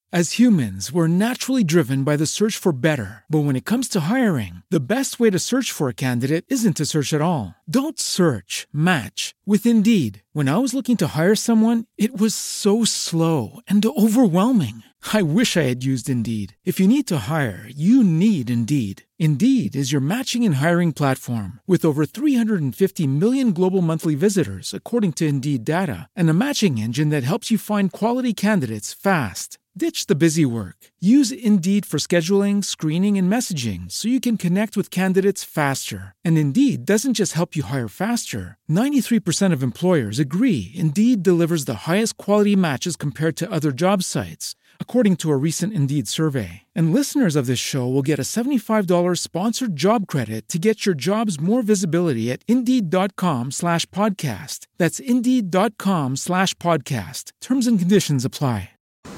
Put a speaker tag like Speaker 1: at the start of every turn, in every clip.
Speaker 1: As humans, we're naturally driven by the search for better. But when it comes to hiring, the best way to search for a candidate isn't to search at all. Don't search, match with Indeed. When I was looking to hire someone, it was so slow and overwhelming. I wish I had used Indeed. If you need to hire, you need Indeed. Indeed is your matching and hiring platform with over 350 million global monthly visitors, according to Indeed data, and a matching engine that helps you find quality candidates fast. Ditch the busy work. Use Indeed for scheduling, screening, and messaging so you can connect with candidates faster. And Indeed doesn't just help you hire faster. 93% of employers agree Indeed delivers the highest quality matches compared to other job sites, according to a recent Indeed survey. And listeners of this show will get a $75 sponsored job credit to get your jobs more visibility at Indeed.com/podcast. That's Indeed.com/podcast. Terms and conditions apply.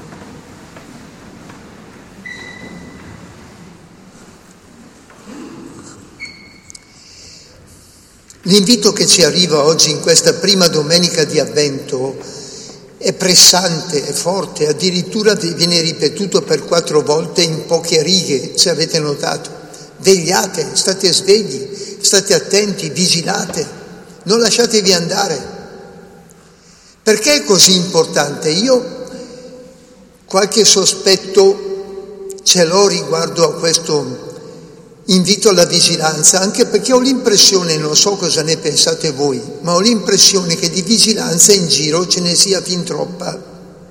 Speaker 2: L'invito che ci arriva oggi in questa prima domenica di Avvento è pressante, è forte, addirittura viene ripetuto per 4 volte in poche righe, se avete notato. Vegliate, state svegli, state attenti, vigilate, non lasciatevi andare. Perché è così importante? Io qualche sospetto ce l'ho riguardo a questo invito alla vigilanza, anche perché ho l'impressione, non so cosa ne pensate voi, ma ho l'impressione che di vigilanza in giro ce ne sia fin troppa.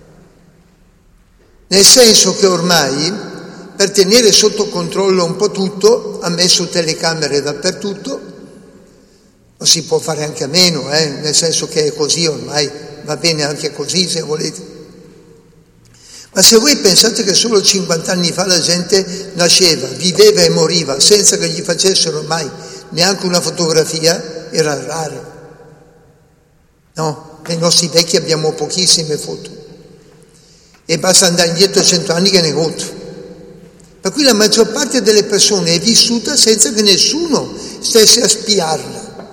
Speaker 2: Nel senso che ormai, per tenere sotto controllo un po' tutto, ha messo telecamere dappertutto, lo si può fare anche a meno, nel senso che è così ormai, va bene anche così se volete. Ma se voi pensate che solo 50 anni fa la gente nasceva, viveva e moriva senza che gli facessero mai neanche una fotografia, era raro. No, nei nostri vecchi abbiamo pochissime foto. E basta andare indietro 100 anni che ne conto. Per cui la maggior parte delle persone è vissuta senza che nessuno stesse a spiarla.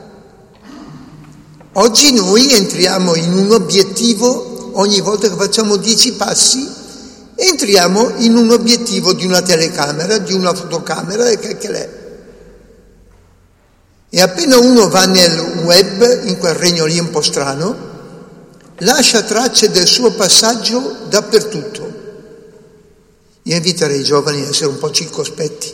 Speaker 2: Oggi noi entriamo in un obiettivo, ogni volta che facciamo 10 passi, entriamo in un obiettivo di una telecamera, di una fotocamera e che l'è. E appena uno va nel web, in quel regno lì un po' strano, lascia tracce del suo passaggio dappertutto. Io inviterei i giovani a essere un po' circospetti.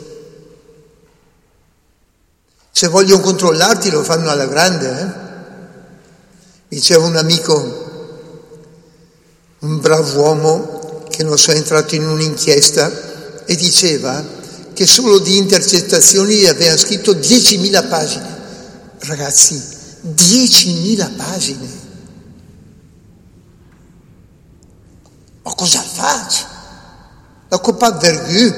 Speaker 2: Se vogliono controllarti lo fanno alla grande, Diceva un amico, un bravo uomo, che non so, è entrato in un'inchiesta e diceva che solo di intercettazioni aveva scritto 10.000 pagine. Ragazzi, 10.000 pagine. Ma cosa faccio? La Copa Vergù.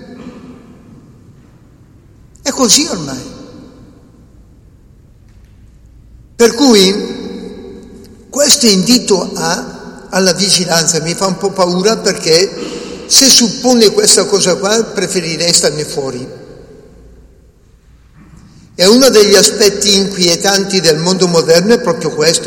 Speaker 2: È così ormai. Per cui questo invito alla vigilanza mi fa un po' paura, perché se suppone questa cosa qua preferirei starne fuori. E uno degli aspetti inquietanti del mondo moderno è proprio questo.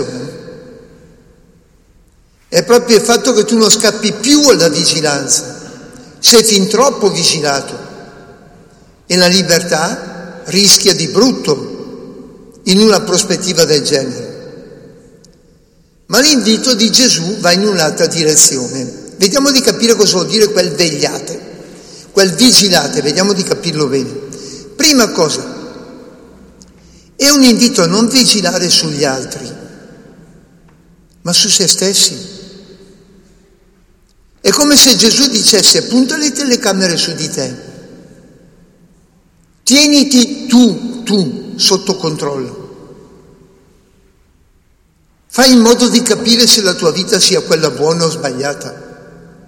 Speaker 2: È proprio il fatto che tu non scappi più alla vigilanza, sei fin troppo vigilato e la libertà rischia di brutto in una prospettiva del genere. Ma l'invito di Gesù va in un'altra direzione. Vediamo di capire cosa vuol dire quel vegliate, quel vigilate, vediamo di capirlo bene. Prima cosa, è un invito a non vigilare sugli altri, ma su se stessi. È come se Gesù dicesse: punta le telecamere su di te, tieniti tu sotto controllo. Fai in modo di capire se la tua vita sia quella buona o sbagliata.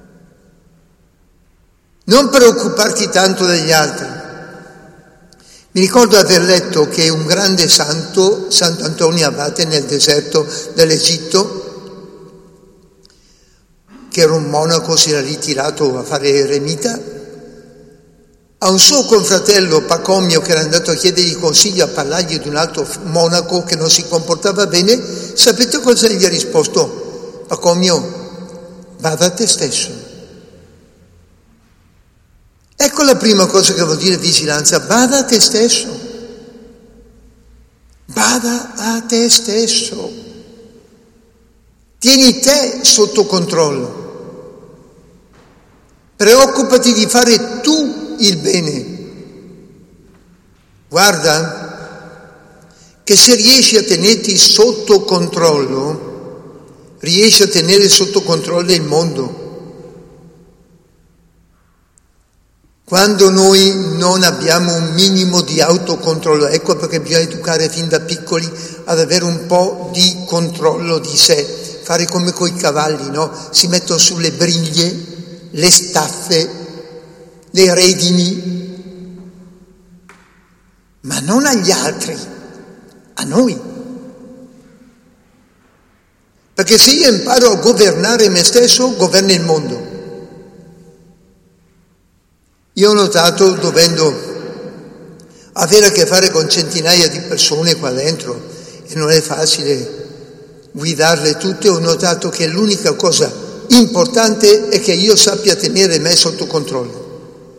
Speaker 2: Non preoccuparti tanto degli altri. Mi ricordo aver letto che un grande santo, Sant'Antonio Abate nel deserto dell'Egitto, che era un monaco, si era ritirato a fare eremita, a un suo confratello Pacomio, che era andato a chiedergli consiglio, a parlargli di un altro monaco che non si comportava bene, sapete cosa gli ha risposto? Pacomio, bada a te stesso. la prima cosa che vuol dire vigilanza? Bada a te stesso. Bada a te stesso. Tieni te sotto controllo. Preoccupati di fare tu il bene. Guarda che se riesci a tenerti sotto controllo, riesci a tenere sotto controllo il mondo. Quando noi non abbiamo un minimo di autocontrollo, ecco perché bisogna educare fin da piccoli ad avere un po' di controllo di sé, fare come coi cavalli, no? Si mettono sulle briglie, le staffe, le redini, ma non agli altri, a noi. Perché se io imparo a governare me stesso, governo il mondo. Io ho notato, dovendo avere a che fare con centinaia di persone qua dentro, e non è facile guidarle tutte, ho notato che l'unica cosa importante è che io sappia tenere me sotto controllo.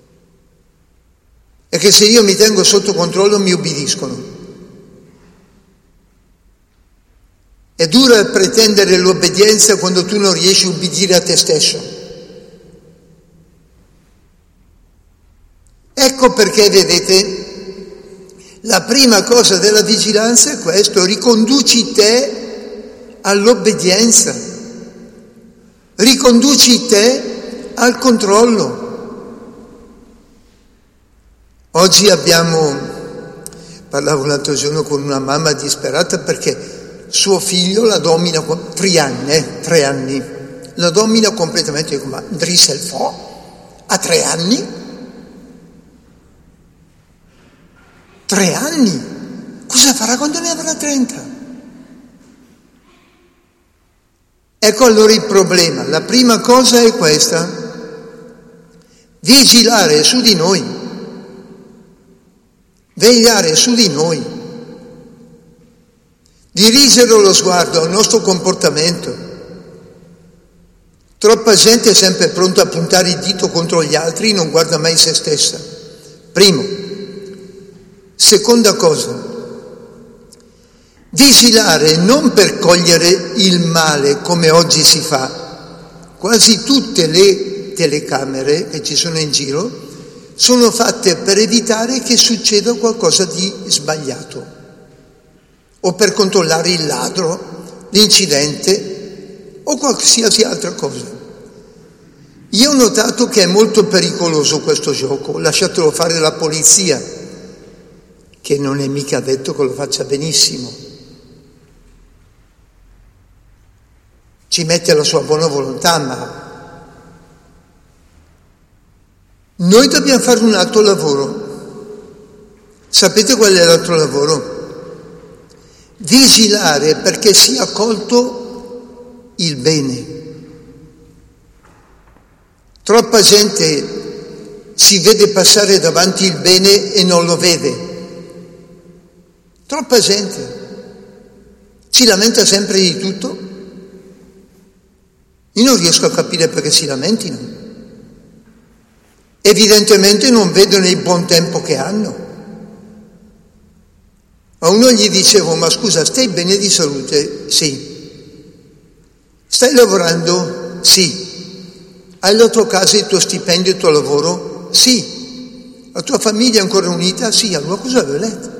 Speaker 2: E che se io mi tengo sotto controllo mi ubbidiscono. È dura pretendere l'obbedienza quando tu non riesci a ubbidire a te stesso. Ecco perché, vedete, la prima cosa della vigilanza è questo: riconduci te all'obbedienza, riconduci te al controllo. Oggi parlavo l'altro giorno con una mamma disperata perché suo figlio la domina, 3 anni, la domina completamente. Dico, ma Drissel fo, a 3 anni? 3 anni? Cosa farà quando ne avrà 30? Ecco allora il problema. La prima cosa è questa: vigilare su di noi, vegliare su di noi, dirigere lo sguardo al nostro comportamento. Troppa gente è sempre pronta a puntare il dito contro gli altri, non guarda mai se stessa. Primo. Seconda cosa, vigilare non per cogliere il male come oggi si fa. Quasi tutte le telecamere che ci sono in giro sono fatte per evitare che succeda qualcosa di sbagliato o per controllare il ladro, l'incidente o qualsiasi altra cosa. Io ho notato che è molto pericoloso questo gioco, lasciatelo fare la polizia, che non è mica detto che lo faccia benissimo. Ci mette la sua buona volontà, ma noi dobbiamo fare un altro lavoro. Sapete qual è l'altro lavoro? Vigilare perché sia colto il bene. Troppa gente si vede passare davanti il bene e non lo vede. Troppa gente si lamenta sempre di tutto. Io non riesco a capire perché si lamentino. Evidentemente non vedono il buon tempo che hanno. A uno gli dicevo: ma scusa, stai bene di salute? Sì. Stai lavorando? Sì. Hai la tua casa, il tuo stipendio, il tuo lavoro? Sì. La tua famiglia è ancora unita? Sì. Allora cosa volete?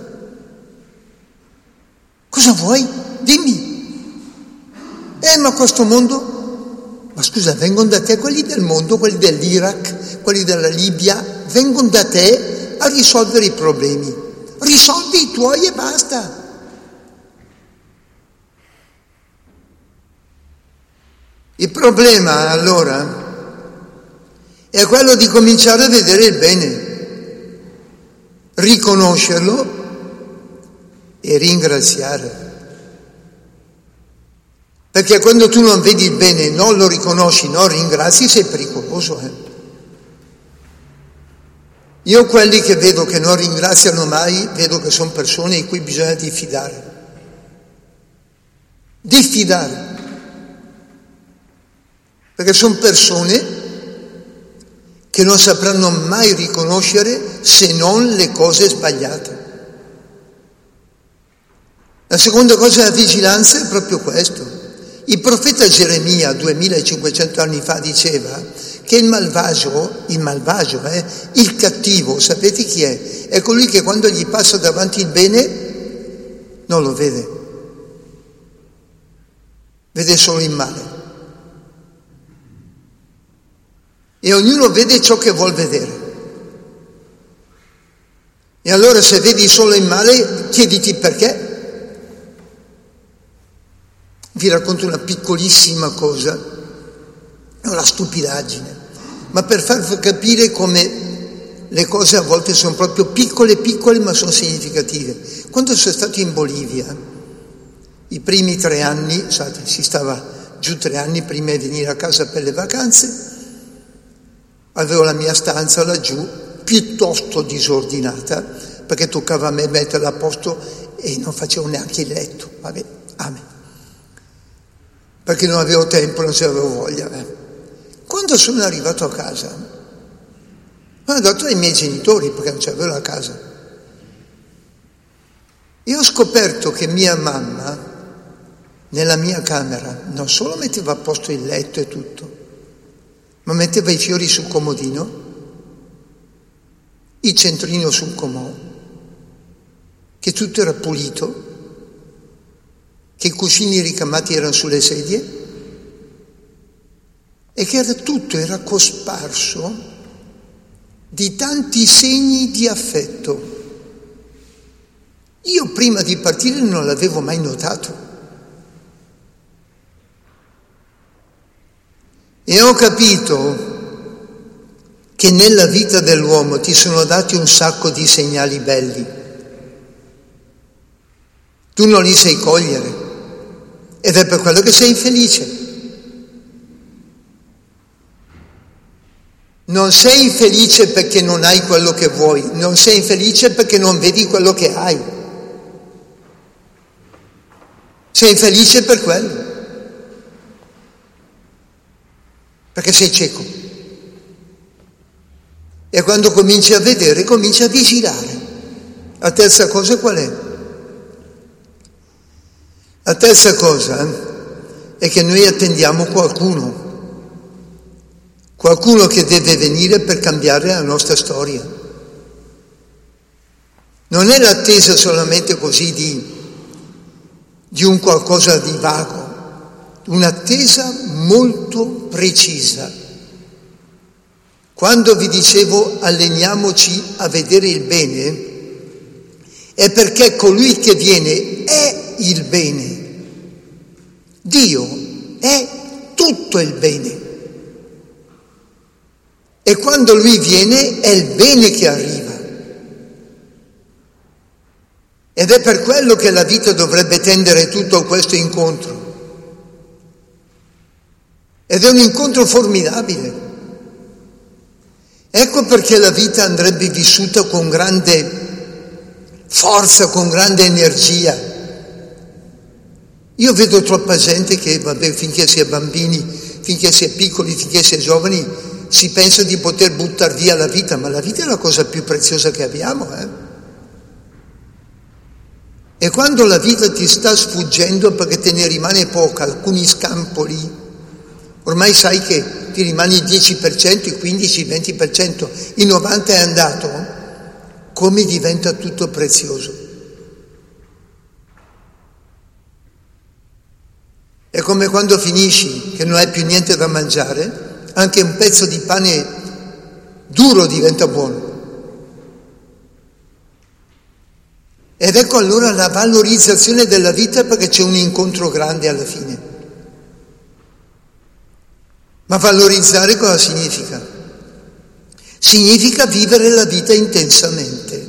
Speaker 2: Cosa vuoi? Dimmi. Ma questo mondo? Ma scusa, vengono da te quelli del mondo, quelli dell'Iraq, quelli della Libia, vengono da te a risolvere i problemi. Risolvi i tuoi e basta. Il problema allora è quello di cominciare a vedere il bene, riconoscerlo e ringraziare. Perché quando tu non vedi il bene, non lo riconosci, non ringrazi, sei pericoloso. Io quelli che vedo che non ringraziano mai, vedo che sono persone in cui bisogna diffidare. Diffidare. Perché sono persone che non sapranno mai riconoscere se non le cose sbagliate. La seconda cosa della vigilanza è proprio questo. Il profeta Geremia 2500 anni fa diceva che il malvagio, il cattivo, sapete chi è? È colui che quando gli passa davanti il bene non lo vede, vede solo il male. E ognuno vede ciò che vuol vedere. E allora se vedi solo il male, chiediti perché. Vi racconto una piccolissima cosa, è una stupidaggine, ma per farvi capire come le cose a volte sono proprio piccole ma sono significative. Quando sono stato in Bolivia, i primi 3 anni, si stava giù 3 anni prima di venire a casa per le vacanze, avevo la mia stanza laggiù, piuttosto disordinata, perché toccava a me metterla a posto e non facevo neanche il letto, vabbè, amen. Perché non avevo tempo, non avevo voglia. Quando sono arrivato a casa, sono andato ai miei genitori perché non c'avevo la casa. E ho scoperto che mia mamma, nella mia camera, non solo metteva a posto il letto e tutto, ma metteva i fiori sul comodino, il centrino sul comò, che tutto era pulito, che i cuscini ricamati erano sulle sedie e che tutto era cosparso di tanti segni di affetto. Io prima di partire non l'avevo mai notato. E ho capito che nella vita dell'uomo ti sono dati un sacco di segnali belli. Tu non li sai cogliere. Ed è per quello che sei infelice. Non sei infelice perché non hai quello che vuoi, non sei infelice perché non vedi quello che hai. Sei infelice per quello. Perché sei cieco. E quando cominci a vedere, cominci a vigilare. La terza cosa qual è? La terza cosa è che noi attendiamo qualcuno che deve venire per cambiare la nostra storia. Non è l'attesa solamente così di un qualcosa di vago, un'attesa molto precisa. Quando vi dicevo alleniamoci a vedere il bene, è perché colui che viene è il bene. Dio è tutto il bene. E quando Lui viene è il bene che arriva. Ed è per quello che la vita dovrebbe tendere tutto a questo incontro. Ed è un incontro formidabile. Ecco perché la vita andrebbe vissuta con grande forza, con grande energia. Io vedo troppa gente che, finché si è bambini, finché si è piccoli, finché si è giovani, si pensa di poter buttare via la vita, ma la vita è la cosa più preziosa che abbiamo. E quando la vita ti sta sfuggendo perché te ne rimane poca, alcuni scampoli, ormai sai che ti rimane il 10%, il 15%, il 20%, il 90% è andato, come diventa tutto prezioso. È come quando finisci, che non hai più niente da mangiare, anche un pezzo di pane duro diventa buono. Ed ecco allora la valorizzazione della vita, perché c'è un incontro grande alla fine. Ma valorizzare cosa significa? Significa vivere la vita intensamente.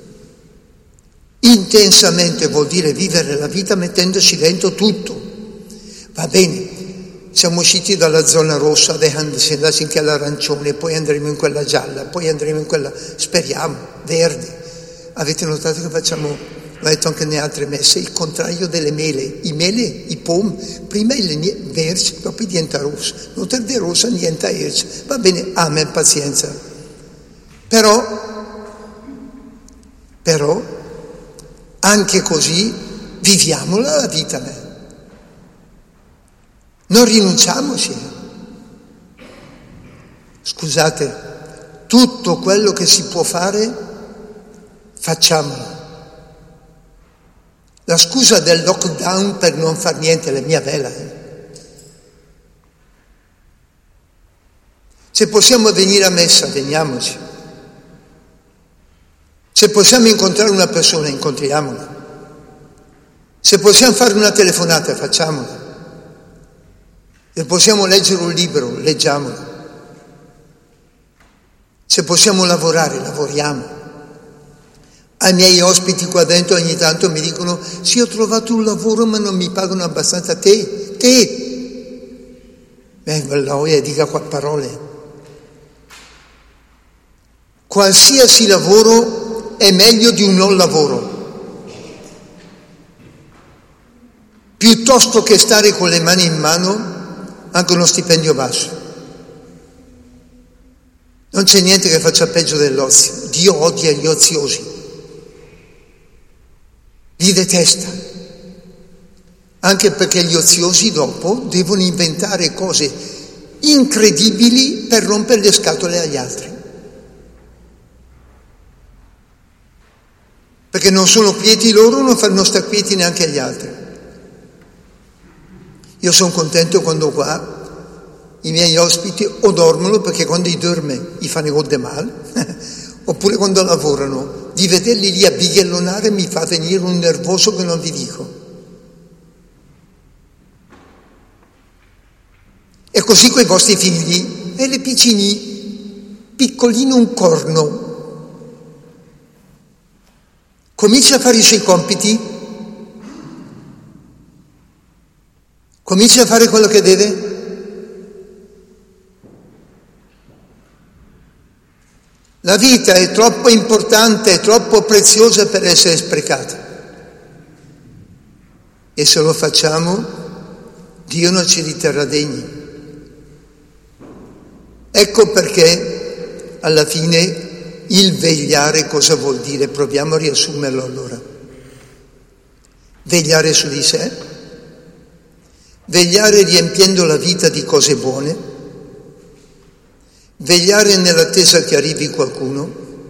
Speaker 2: Intensamente vuol dire vivere la vita mettendoci dentro tutto. Va bene, siamo usciti dalla zona rossa, adesso andarci anche all'arancione, poi andremo in quella gialla, poi andremo in quella, speriamo, verde. Avete notato che facciamo l'ho detto anche nelle altre messe, il contrario delle mele. I mele, i pom, prima è verde, dopo diventa rosso. Non è rossa, niente verde. Va bene, amen, pazienza. Però, anche così, viviamola la vita. Non rinunciamoci. Scusate, tutto quello che si può fare, facciamolo. La scusa del lockdown per non far niente è la mia vela. Se possiamo venire a messa, veniamoci. Se possiamo incontrare una persona, incontriamola. Se possiamo fare una telefonata, facciamola. Se possiamo leggere un libro, leggiamolo. Se possiamo lavorare, lavoriamo. Ai miei ospiti qua dentro ogni tanto mi dicono: sì, ho trovato un lavoro ma non mi pagano abbastanza. Te. Belloia, dica qua parole. Qualsiasi lavoro è meglio di un non lavoro. Piuttosto che stare con le mani in mano, anche uno stipendio basso. Non c'è niente che faccia peggio dell'ozio. Dio odia gli oziosi. Li detesta, anche perché gli oziosi dopo devono inventare cose incredibili per rompere le scatole agli altri, perché non sono quieti loro, non fanno star quieti neanche agli altri. Io sono contento quando qua i miei ospiti o dormono, perché quando dorme gli fanno godde male, oppure quando lavorano, di vederli lì a bighellonare mi fa venire un nervoso che non vi dico. E così con i vostri figli, e le piccini, piccolino un corno, comincia a fare i suoi compiti, comincia a fare quello che deve. La vita è troppo importante, è troppo preziosa per essere sprecata. E se lo facciamo, Dio non ci riterrà degni. Ecco perché, alla fine, il vegliare cosa vuol dire? Proviamo a riassumerlo allora. Vegliare su di sé, vegliare riempiendo la vita di cose buone, vegliare nell'attesa che arrivi qualcuno,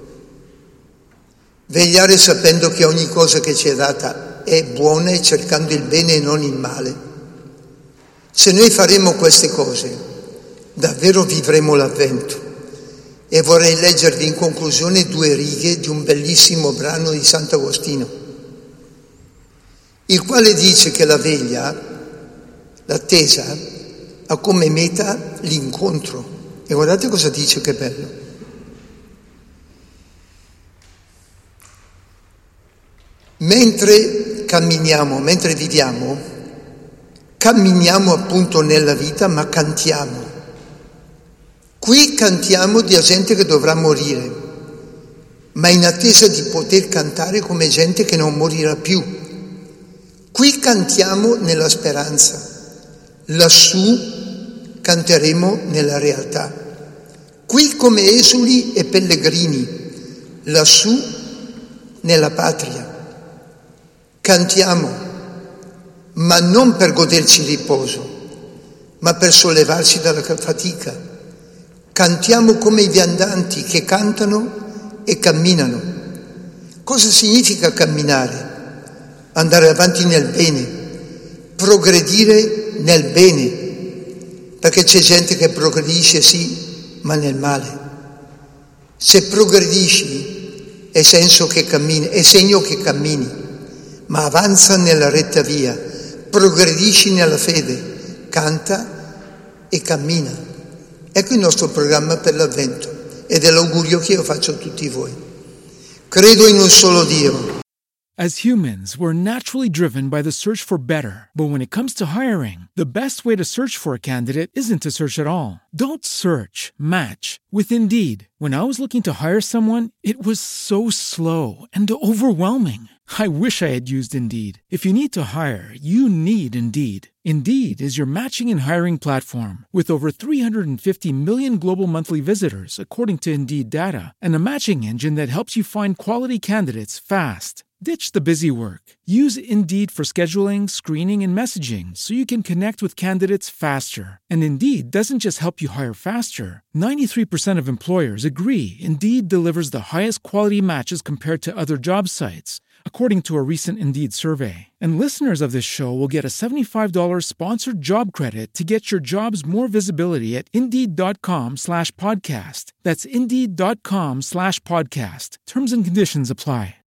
Speaker 2: vegliare sapendo che ogni cosa che ci è data è buona e cercando il bene e non il male. Se noi faremo queste cose, davvero vivremo l'Avvento. E vorrei leggervi in conclusione 2 righe di un bellissimo brano di Sant'Agostino, il quale dice che la veglia, l'attesa, ha come meta l'incontro. E guardate cosa dice, che bello. Mentre camminiamo, mentre viviamo, camminiamo appunto nella vita, ma cantiamo. Qui cantiamo di gente che dovrà morire, ma in attesa di poter cantare come gente che non morirà più. Qui cantiamo nella speranza, lassù canteremo nella realtà. Qui come esuli e pellegrini, lassù nella patria. Cantiamo, ma non per goderci il riposo, ma per sollevarci dalla fatica. Cantiamo come i viandanti che cantano e camminano. Cosa significa camminare? Andare avanti nel bene, progredire nel bene, perché c'è gente che progredisce sì, ma nel male. Se progredisci è segno che cammini, ma avanza nella retta via, progredisci nella fede, canta e cammina. Ecco il nostro programma per l'Avvento ed è l'augurio che io faccio a tutti voi. Credo in un solo Dio,
Speaker 1: As humans, we're naturally driven by the search for better. But when it comes to hiring, the best way to search for a candidate isn't to search at all. Don't search, match with Indeed. When I was looking to hire someone, it was so slow and overwhelming. I wish I had used Indeed. If you need to hire, you need Indeed. Indeed is your matching and hiring platform with over 350 million global monthly visitors, according to Indeed data, and a matching engine that helps you find quality candidates fast. Ditch the busy work. Use Indeed for scheduling, screening, and messaging so you can connect with candidates faster. And Indeed doesn't just help you hire faster. 93% of employers agree Indeed delivers the highest quality matches compared to other job sites, according to a recent Indeed survey. And listeners of this show will get a $75 sponsored job credit to get your jobs more visibility at Indeed.com/podcast. That's Indeed.com/podcast. Terms and conditions apply.